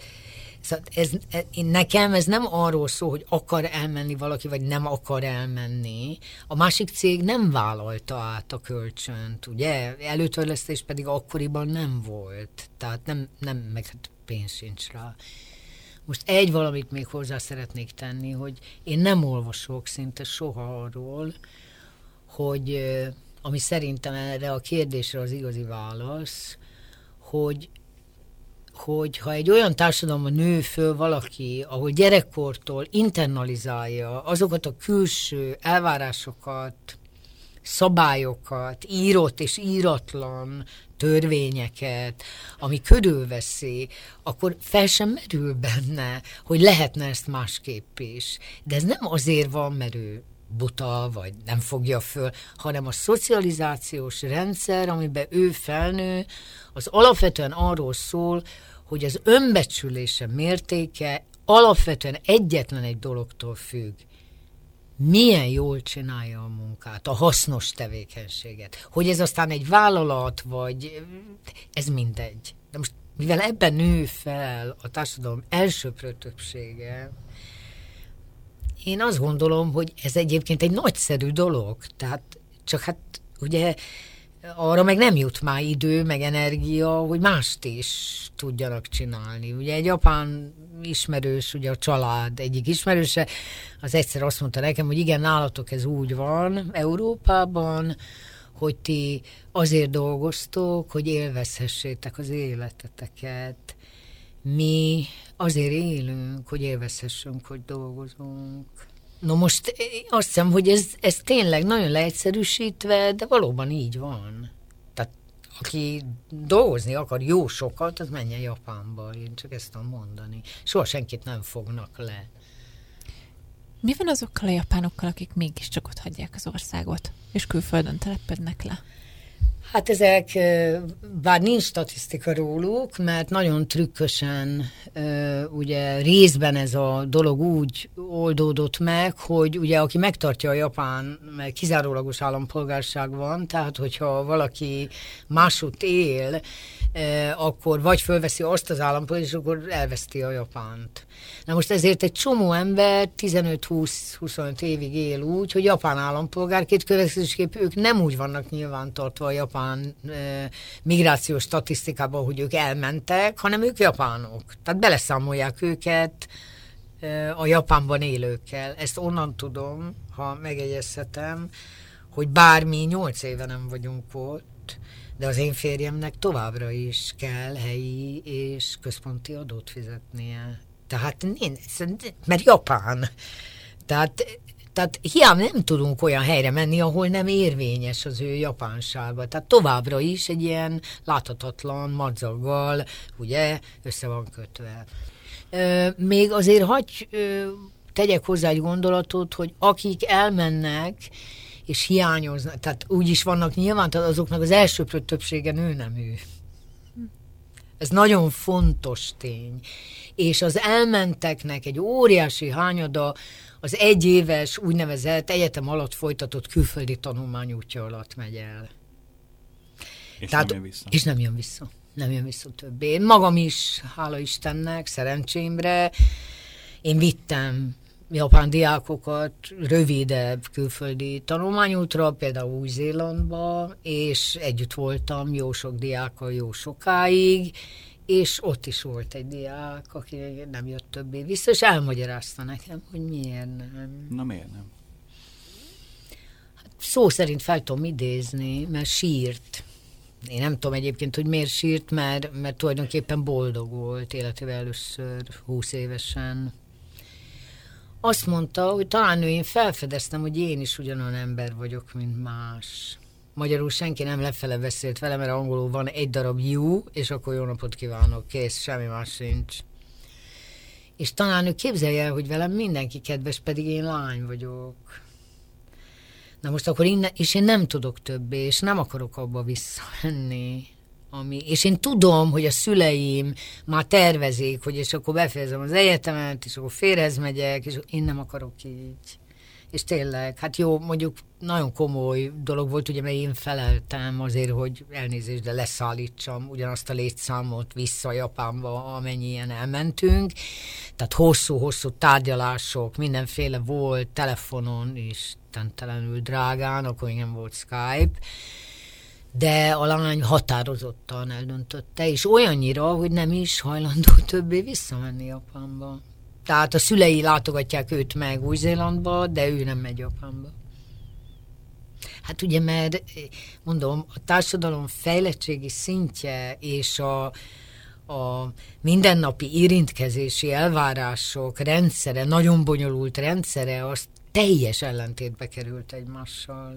Ez, ez, nekem ez nem arról szól, hogy akar elmenni valaki, vagy nem akar elmenni. A másik cég nem vállalta át a kölcsönt, ugye? Előtörlesztés pedig akkoriban nem volt. Tehát nem, nem meg hát pénz sincs rá. Most egy valamit még hozzá szeretnék tenni, hogy én nem olvasok szinte soha arról, hogy ami szerintem erre a kérdésre az igazi válasz, hogy hogy ha egy olyan társadalomban nő föl valaki, ahol gyerekkortól internalizálja azokat a külső elvárásokat, szabályokat, írott és íratlan törvényeket, ami körülveszi, akkor fel sem merül benne, hogy lehetne ezt másképp is. De ez nem azért van, mert ő buta, vagy nem fogja föl, hanem a szocializációs rendszer, amiben ő felnő, az alapvetően arról szól, hogy az önbecsülése mértéke alapvetően egyetlen egy dologtól függ. Milyen jól csinálja a munkát, a hasznos tevékenységet. Hogy ez aztán egy vállalat, vagy ez mindegy. De most, mivel ebben nő fel a társadalom elsöprő többsége, én azt gondolom, hogy ez egyébként egy nagyszerű dolog. Tehát csak hát ugye arra meg nem jut már idő, meg energia, hogy mást is tudjanak csinálni. Ugye egy japán ismerős, ugye a család egyik ismerőse, az egyszer azt mondta nekem, hogy igen, nálatok ez úgy van Európában, hogy ti azért dolgoztok, hogy élvezhessétek az életeteket. Mi azért élünk, hogy élvezhessünk, hogy dolgozunk. No most azt hiszem, hogy ez, ez tényleg nagyon leegyszerűsítve, de valóban így van. Tehát aki dolgozni akar jó sokat, az menjen Japánba, én csak ezt tudom mondani. Soha senkit nem fognak le. Mi van azokkal a japánokkal, akik mégiscsak ott hagyják az országot, és külföldön telepednek le? Hát ezek, bár nincs statisztika róluk, mert nagyon trükkösen ugye részben ez a dolog úgy oldódott meg, hogy ugye aki megtartja a japán, mert kizárólagos állampolgárság van, tehát hogyha valaki másút él, akkor vagy fölveszi azt az állampolgárt, és akkor elveszti a Japánt. Na most ezért egy csomó ember tizenöt-húsz-huszonöt évig él úgy, hogy japán állampolgárként, következésképp ők nem úgy vannak nyilvántartva a japán e, migrációs statisztikában, hogy ők elmentek, hanem ők japánok. Tehát beleszámolják őket a Japánban élőkkel. Ezt onnan tudom, ha megegyezhetem, hogy bármi nyolc éve nem vagyunk ott, de az én férjemnek továbbra is kell helyi és központi adót fizetnie. Tehát én, mert Japán. Tehát, tehát hiába nem tudunk olyan helyre menni, ahol nem érvényes az ő japánsága. Tehát továbbra is egy ilyen láthatatlan madzaggal, ugye, össze van kötve. Még azért hagy tegyek hozzá egy gondolatot, hogy akik elmennek, és hiányoznak, tehát úgy is vannak nyilván, tehát azoknak az elsőprő többsége nőnemű. Ez nagyon fontos tény. És az elmenteknek egy óriási hányada az egyéves úgynevezett egyetem alatt folytatott külföldi tanulmányútja alatt megy el. És tehát, nem jön vissza. És nem jön vissza. Nem jön vissza többé. Én magam is, hála Istennek, szerencsémre, én vittem japán diákokat rövidebb külföldi tanulmányútra, például Új-Zélandba, és együtt voltam jó sok diákkal jó sokáig, és ott is volt egy diák, aki nem jött többé vissza, és elmagyarázta nekem, hogy miért nem. Na miért nem? Hát szó szerint fel tudom idézni, mert sírt. Én nem tudom egyébként, hogy miért sírt, mert, mert tulajdonképpen boldog volt életével először, húsz évesen. Azt mondta, hogy talán én felfedeztem, hogy én is ugyanolyan ember vagyok, mint más. Magyarul senki nem lefele beszélt vele, mert angolul van egy darab you, és akkor jó napot kívánok, kész, semmi más sincs. És talán ő képzelje el, hogy velem mindenki kedves, pedig én lány vagyok. Na most akkor innen, és én nem tudok többé, és nem akarok abba visszamenni. Ami, és én tudom, hogy a szüleim már tervezik, hogy és akkor befejezem az egyetemet, és akkor férhez megyek, és én nem akarok így. És tényleg, hát jó, mondjuk nagyon komoly dolog volt, ugye, mert én feleltem azért, hogy elnézést, de leszállítsam ugyanazt a létszámot vissza Japánba, amennyien elmentünk. Tehát hosszú-hosszú tárgyalások, mindenféle volt, telefonon is, istentelenül drágán, akkor igen volt Skype, de a lány határozottan eldöntötte, és olyannyira, hogy nem is hajlandó többé visszamenni Japánba. Tehát a szülei látogatják őt meg Új-Zélandba, de ő nem megy Japánba. Hát ugye, mert mondom, a társadalom fejlettségi szintje és a, a mindennapi érintkezési elvárások rendszere, nagyon bonyolult rendszere, az teljes ellentétbe került egymással.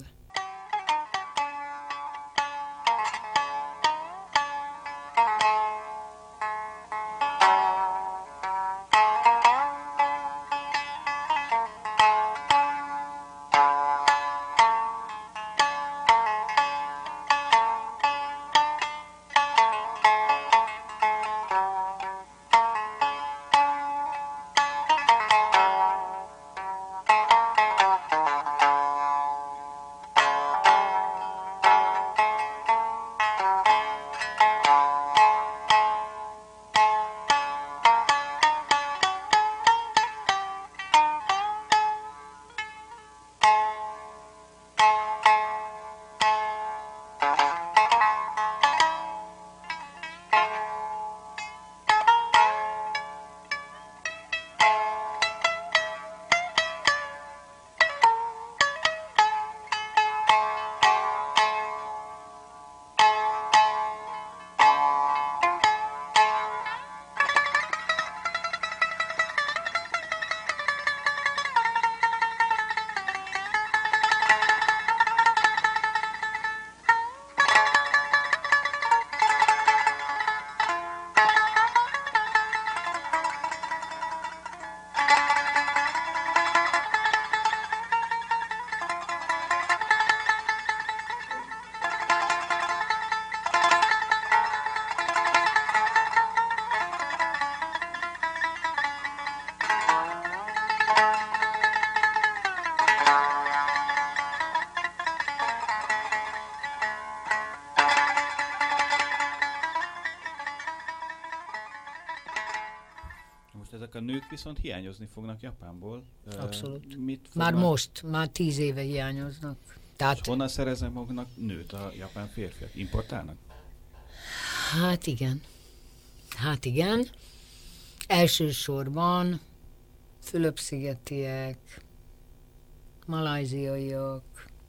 Ezek a nők viszont hiányozni fognak Japánból. Abszolút. Mit már most, már tíz éve hiányoznak. Tehát... És honnan szereznek maguknak nőt a japán férfiak? Importálnak? Hát igen. Hát igen. Elsősorban Fülöp-szigetiek, malajziaiak,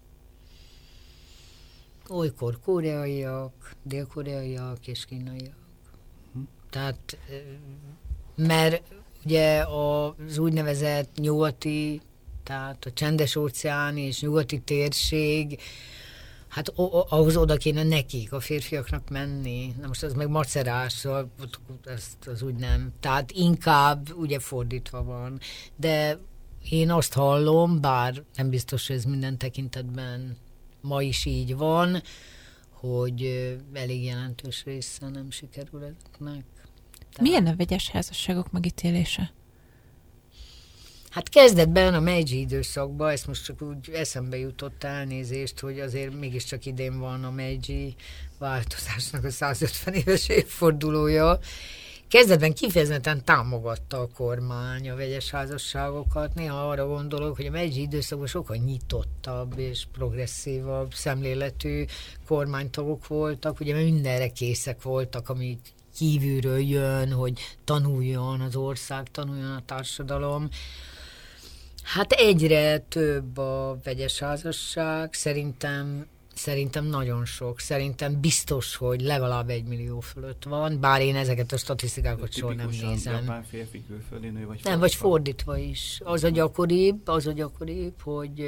olykor koreaiak, dél-koreaiak és kínaiak. Hm. Tehát, mert ugye az úgynevezett nyugati, tehát a Csendes-óceán és nyugati térség, hát ahhoz oda kéne nekik, a férfiaknak menni. Na most az meg macerás, szóval ezt az úgy nem. Tehát inkább ugye fordítva van. De én azt hallom, bár nem biztos, hogy ez minden tekintetben ma is így van, hogy elég jelentős része nem sikerül ezeknek. Tehát... Milyen a vegyes házasságok megítélése? Hát kezdetben a Meiji időszakban, ezt most csak úgy eszembe jutott, elnézést, hogy azért mégiscsak idén van a Meiji változásnak a százötven éves évfordulója. Kezdetben kifejezetten támogatta a kormány a vegyes házasságokat. Néha arra gondolok, hogy a Meiji időszakban sokkal nyitottabb és progresszívabb szemléletű kormánytagok voltak, ugye mindenre készek voltak, amik kívülről jön, hogy tanuljon az ország, tanuljon a társadalom. Hát egyre több a vegyes házasság, szerintem, szerintem nagyon sok. Szerintem biztos, hogy legalább egy millió fölött van, bár én ezeket a statisztikákat soha nem nézem. Japán férfi, külföldi nő, vagy fordítva? Nem, vagy fordítva is. Az a gyakoribb, az a gyakoribb, hogy,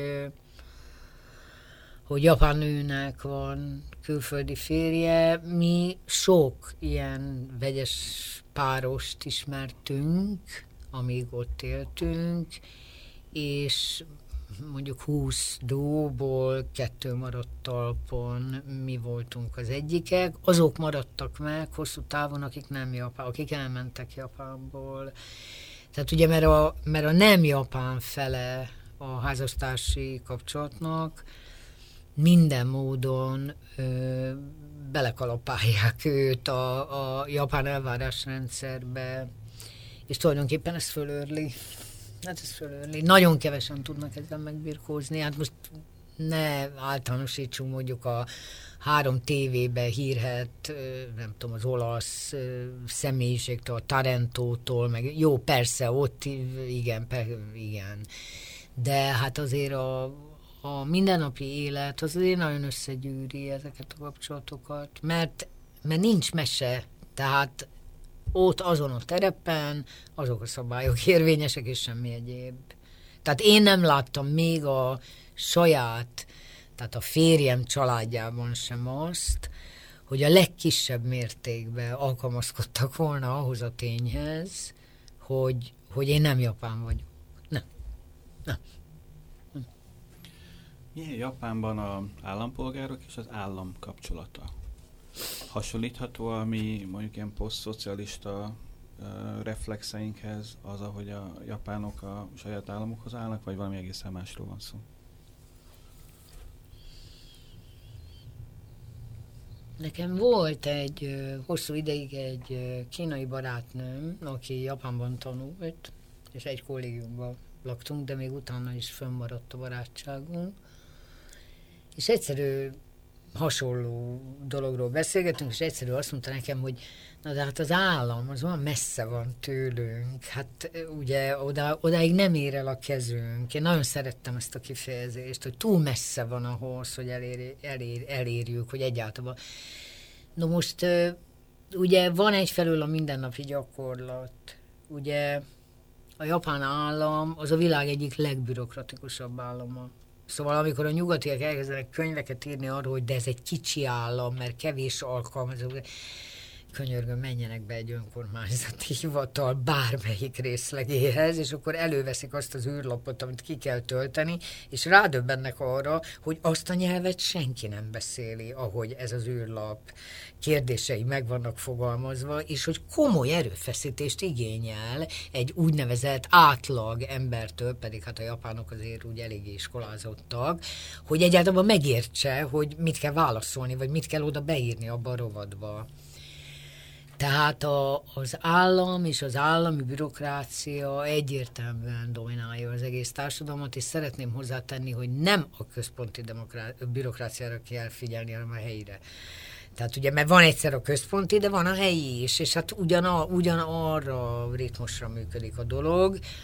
hogy japán nőnek van külföldi férje. Mi sok ilyen vegyes párost ismertünk, amíg ott éltünk, és mondjuk húsz dúból kettő maradt talpon, mi voltunk az egyikek. Azok maradtak meg hosszú távon, akik nem japán, akik elmentek Japánból. Tehát ugye, mert a, mert a nem japán fele a házastársi kapcsolatnak minden módon ö, belekalapálják őt a, a japán elvárásrendszerbe, és tulajdonképpen ez fölörli. Hát ez fölörli. Nagyon kevesen tudnak ezzel megbirkózni. Hát most ne általánosítsunk mondjuk a három tévébe hírhet, nem tudom, az olasz személyiségtől, a Tarentótól, meg jó, persze, ott igen, per, igen. De hát azért a, a mindennapi élet az azért nagyon összegyűri ezeket a kapcsolatokat, mert, mert nincs mese, tehát ott azon a terepen azok a szabályok érvényesek, és semmi egyéb. Tehát én nem láttam még a saját, tehát a férjem családjában sem azt, hogy a legkisebb mértékben alkalmazkodtak volna ahhoz a tényhez, hogy, hogy én nem japán vagyok. Nem. Nem. Milyen Japánban az állampolgárok és az állam kapcsolata? Hasonlítható a mi mondjuk ilyen posztszocialista uh, reflexeinkhez az, ahogy a japánok a saját államokhoz állnak, vagy valami egészen másról van szó? Nekem volt egy uh, hosszú ideig egy uh, kínai barátnőm, aki Japánban tanult, és egy kollégiumban laktunk, de még utána is fönnmaradt a barátságunk. És egyszerű hasonló dologról beszélgetünk, és egyszerű azt mondta nekem, hogy na de hát az állam az olyan messze van tőlünk, hát ugye oda, odáig nem ér el a kezünk. Én nagyon szerettem ezt a kifejezést, hogy túl messze van ahhoz, hogy elér, elér, elérjük, hogy egyáltalán. No most ugye van egyfelől a mindennapi gyakorlat, ugye a japán állam az a világ egyik legbürokratikusabb állama. Szóval amikor a nyugatiak elkezdenek könyveket írni arról, hogy de ez egy kicsi állam, mert kevés alkalmazó, könyörgöm, menjenek be egy önkormányzati hivatal bármelyik részlegéhez, és akkor előveszik azt az űrlapot, amit ki kell tölteni, és rádöbbennek arra, hogy azt a nyelvet senki nem beszéli, ahogy ez az űrlap kérdései meg vannak fogalmazva, és hogy komoly erőfeszítést igényel egy úgynevezett átlag embertől, pedig hát a japánok azért úgy eléggé iskolázottak, hogy egyáltalán megértse, hogy mit kell válaszolni, vagy mit kell oda beírni abba a rovatba. Tehát a, az állam és az állami bürokrácia egyértelműen dominálja az egész társadalmat, és szeretném hozzátenni, hogy nem a központi demokrá- bürokráciára kell figyelni, hanem a helyire. Tehát ugye, mert van egyszer a központi, de van a helyi is, és hát ugyan, ugyan arra ritmusra működik a dolog,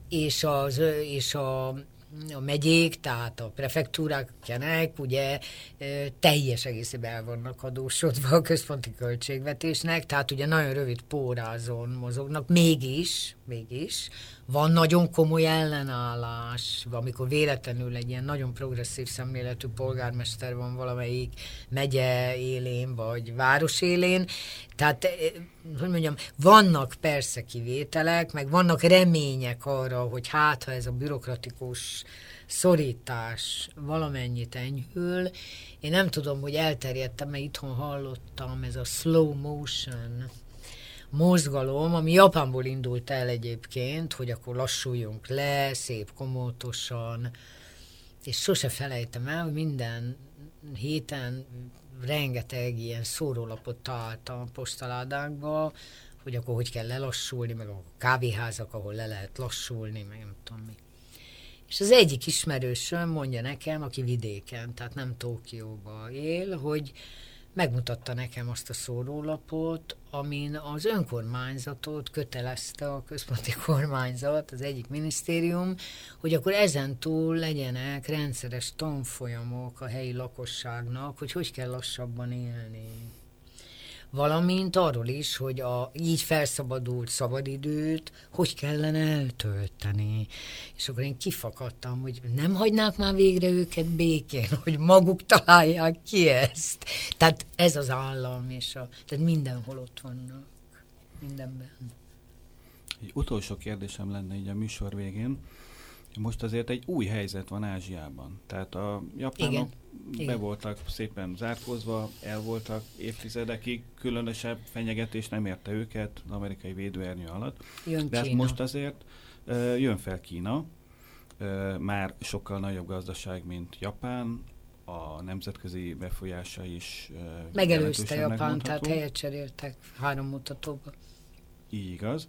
és, az, és a, a megyék, tehát a prefektúrák, kenek, ugye teljes egészében el vannak adósodva a központi költségvetésnek, tehát ugye nagyon rövid pórázon mozognak, mégis, mégis van nagyon komoly ellenállás, amikor véletlenül egy ilyen nagyon progresszív szemléletű polgármester van valamelyik megye élén, vagy város élén, tehát, hogy mondjam, vannak persze kivételek, meg vannak remények arra, hogy hát, ha ez a bürokratikus szorítás valamennyit enyhül. Én nem tudom, hogy elterjedtem, mert itthon hallottam, ez a slow motion mozgalom, ami Japánból indult el egyébként, hogy akkor lassuljunk le, szép komótosan, és sose felejtem el, hogy minden héten rengeteg ilyen szórólapot találtam a postaládákba, hogy akkor hogy kell lelassulni, meg a kávéházak, ahol le lehet lassulni, meg nem tudom mi. És az egyik ismerősöm mondja nekem, aki vidéken, tehát nem Tokióban él, hogy megmutatta nekem azt a szórólapot, amin az önkormányzatot kötelezte a központi kormányzat, az egyik minisztérium, hogy akkor ezentúl legyenek rendszeres tanfolyamok a helyi lakosságnak, hogy hogy kell lassabban élni. Valamint arról is, hogy a így felszabadult szabadidőt hogy kellene eltölteni. És akkor én kifakadtam, hogy nem hagynák már végre őket békén, hogy maguk találják ki ezt. Tehát ez az állam, és a, tehát mindenhol ott vannak, mindenben. Egy utolsó kérdésem lenne így a műsor végén. Most azért egy új helyzet van Ázsiában. Tehát a japánok Igen. be Igen. voltak szépen zárkózva, el voltak évtizedekig, különösebb fenyegetés nem érte őket az amerikai védőernyő alatt. Jön De Kína. most azért uh, jön fel Kína, uh, már sokkal nagyobb gazdaság, mint Japán, a nemzetközi befolyása is uh, megelőzte Japán, tehát helyet cseréltek három mutatóba. Így igaz.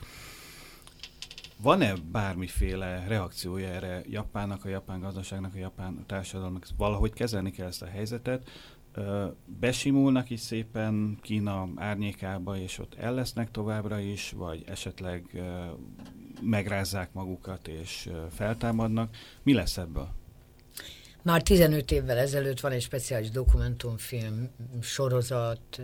Van-e bármiféle reakciója erre Japánnak, a japán gazdaságnak, a japán társadalomnak? Valahogy kezelni kell ezt a helyzetet. Besimulnak is szépen Kína árnyékába, és ott el lesznek továbbra is, vagy esetleg megrázzák magukat, és feltámadnak. Mi lesz ebből? Már tizenöt évvel ezelőtt van egy speciális dokumentumfilm sorozat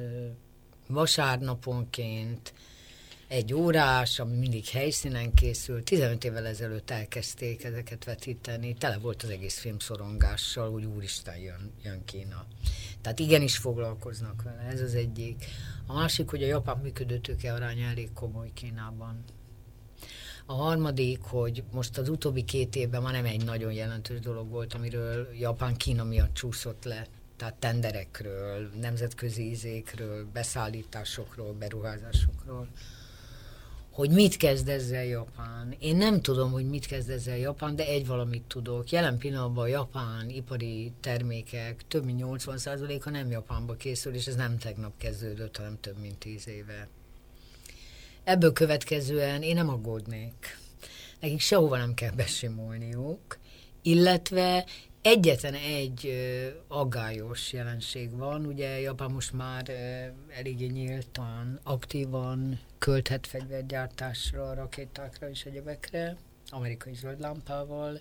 vasárnaponként, egy órás, ami mindig helyszínen készül. tizenöt évvel ezelőtt elkezdték ezeket vetíteni. Tele volt az egész film szorongással, hogy úristen, jön, jön Kína. Tehát igenis foglalkoznak vele, ez az egyik. A másik, hogy a japán működőtőke aránya elég komoly Kínában. A harmadik, hogy most az utóbbi két évben már nem egy nagyon jelentős dolog volt, amiről Japán Kína miatt csúszott le. Tehát tenderekről, nemzetközi ízékről, beszállításokról, beruházásokról. Hogy mit kezd ezzel Japán. Én nem tudom, hogy mit kezd ezzel Japán, de egy valamit tudok. Jelen pillanatban a japán ipari termékek több mint nyolcvan százaléka nem Japánba készül, és ez nem tegnap kezdődött, hanem több mint tíz éve. Ebből következően én nem aggódnék. Nekik sehova nem kell besimulniuk, illetve egyetlen egy ö, aggályos jelenség van, ugye Japán most már ö, eléggé nyíltan, aktívan költhet fegyvergyártásra, rakétákra és egyebekre, amerikai zöld lámpával,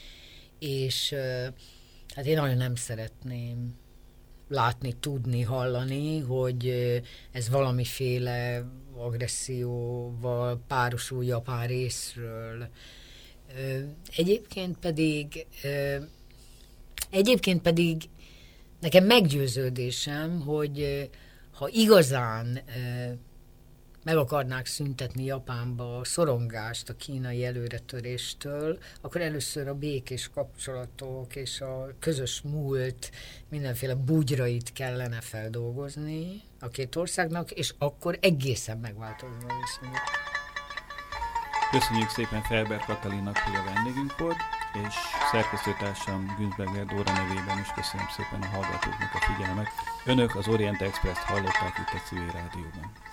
és ö, hát én nagyon nem szeretném látni, tudni, hallani, hogy ö, ez valamiféle agresszióval párosul Japán részről. Ö, egyébként pedig ö, Egyébként pedig nekem meggyőződésem, hogy ha igazán meg akarnák szüntetni Japánba a szorongást a kínai előretöréstől, akkor először a békés kapcsolatok és a közös múlt mindenféle bugyrait kellene feldolgozni a két országnak, és akkor egészen megváltozna a viszonyok. Köszönjük szépen Felber Katalinnak, hogy a vendégünk volt, és szerkesztőtársam Günzberger Dóra nevében is köszönöm szépen a hallgatóknak a figyelmet. Önök az Orient Express-t hallották itt a Civil Rádióban.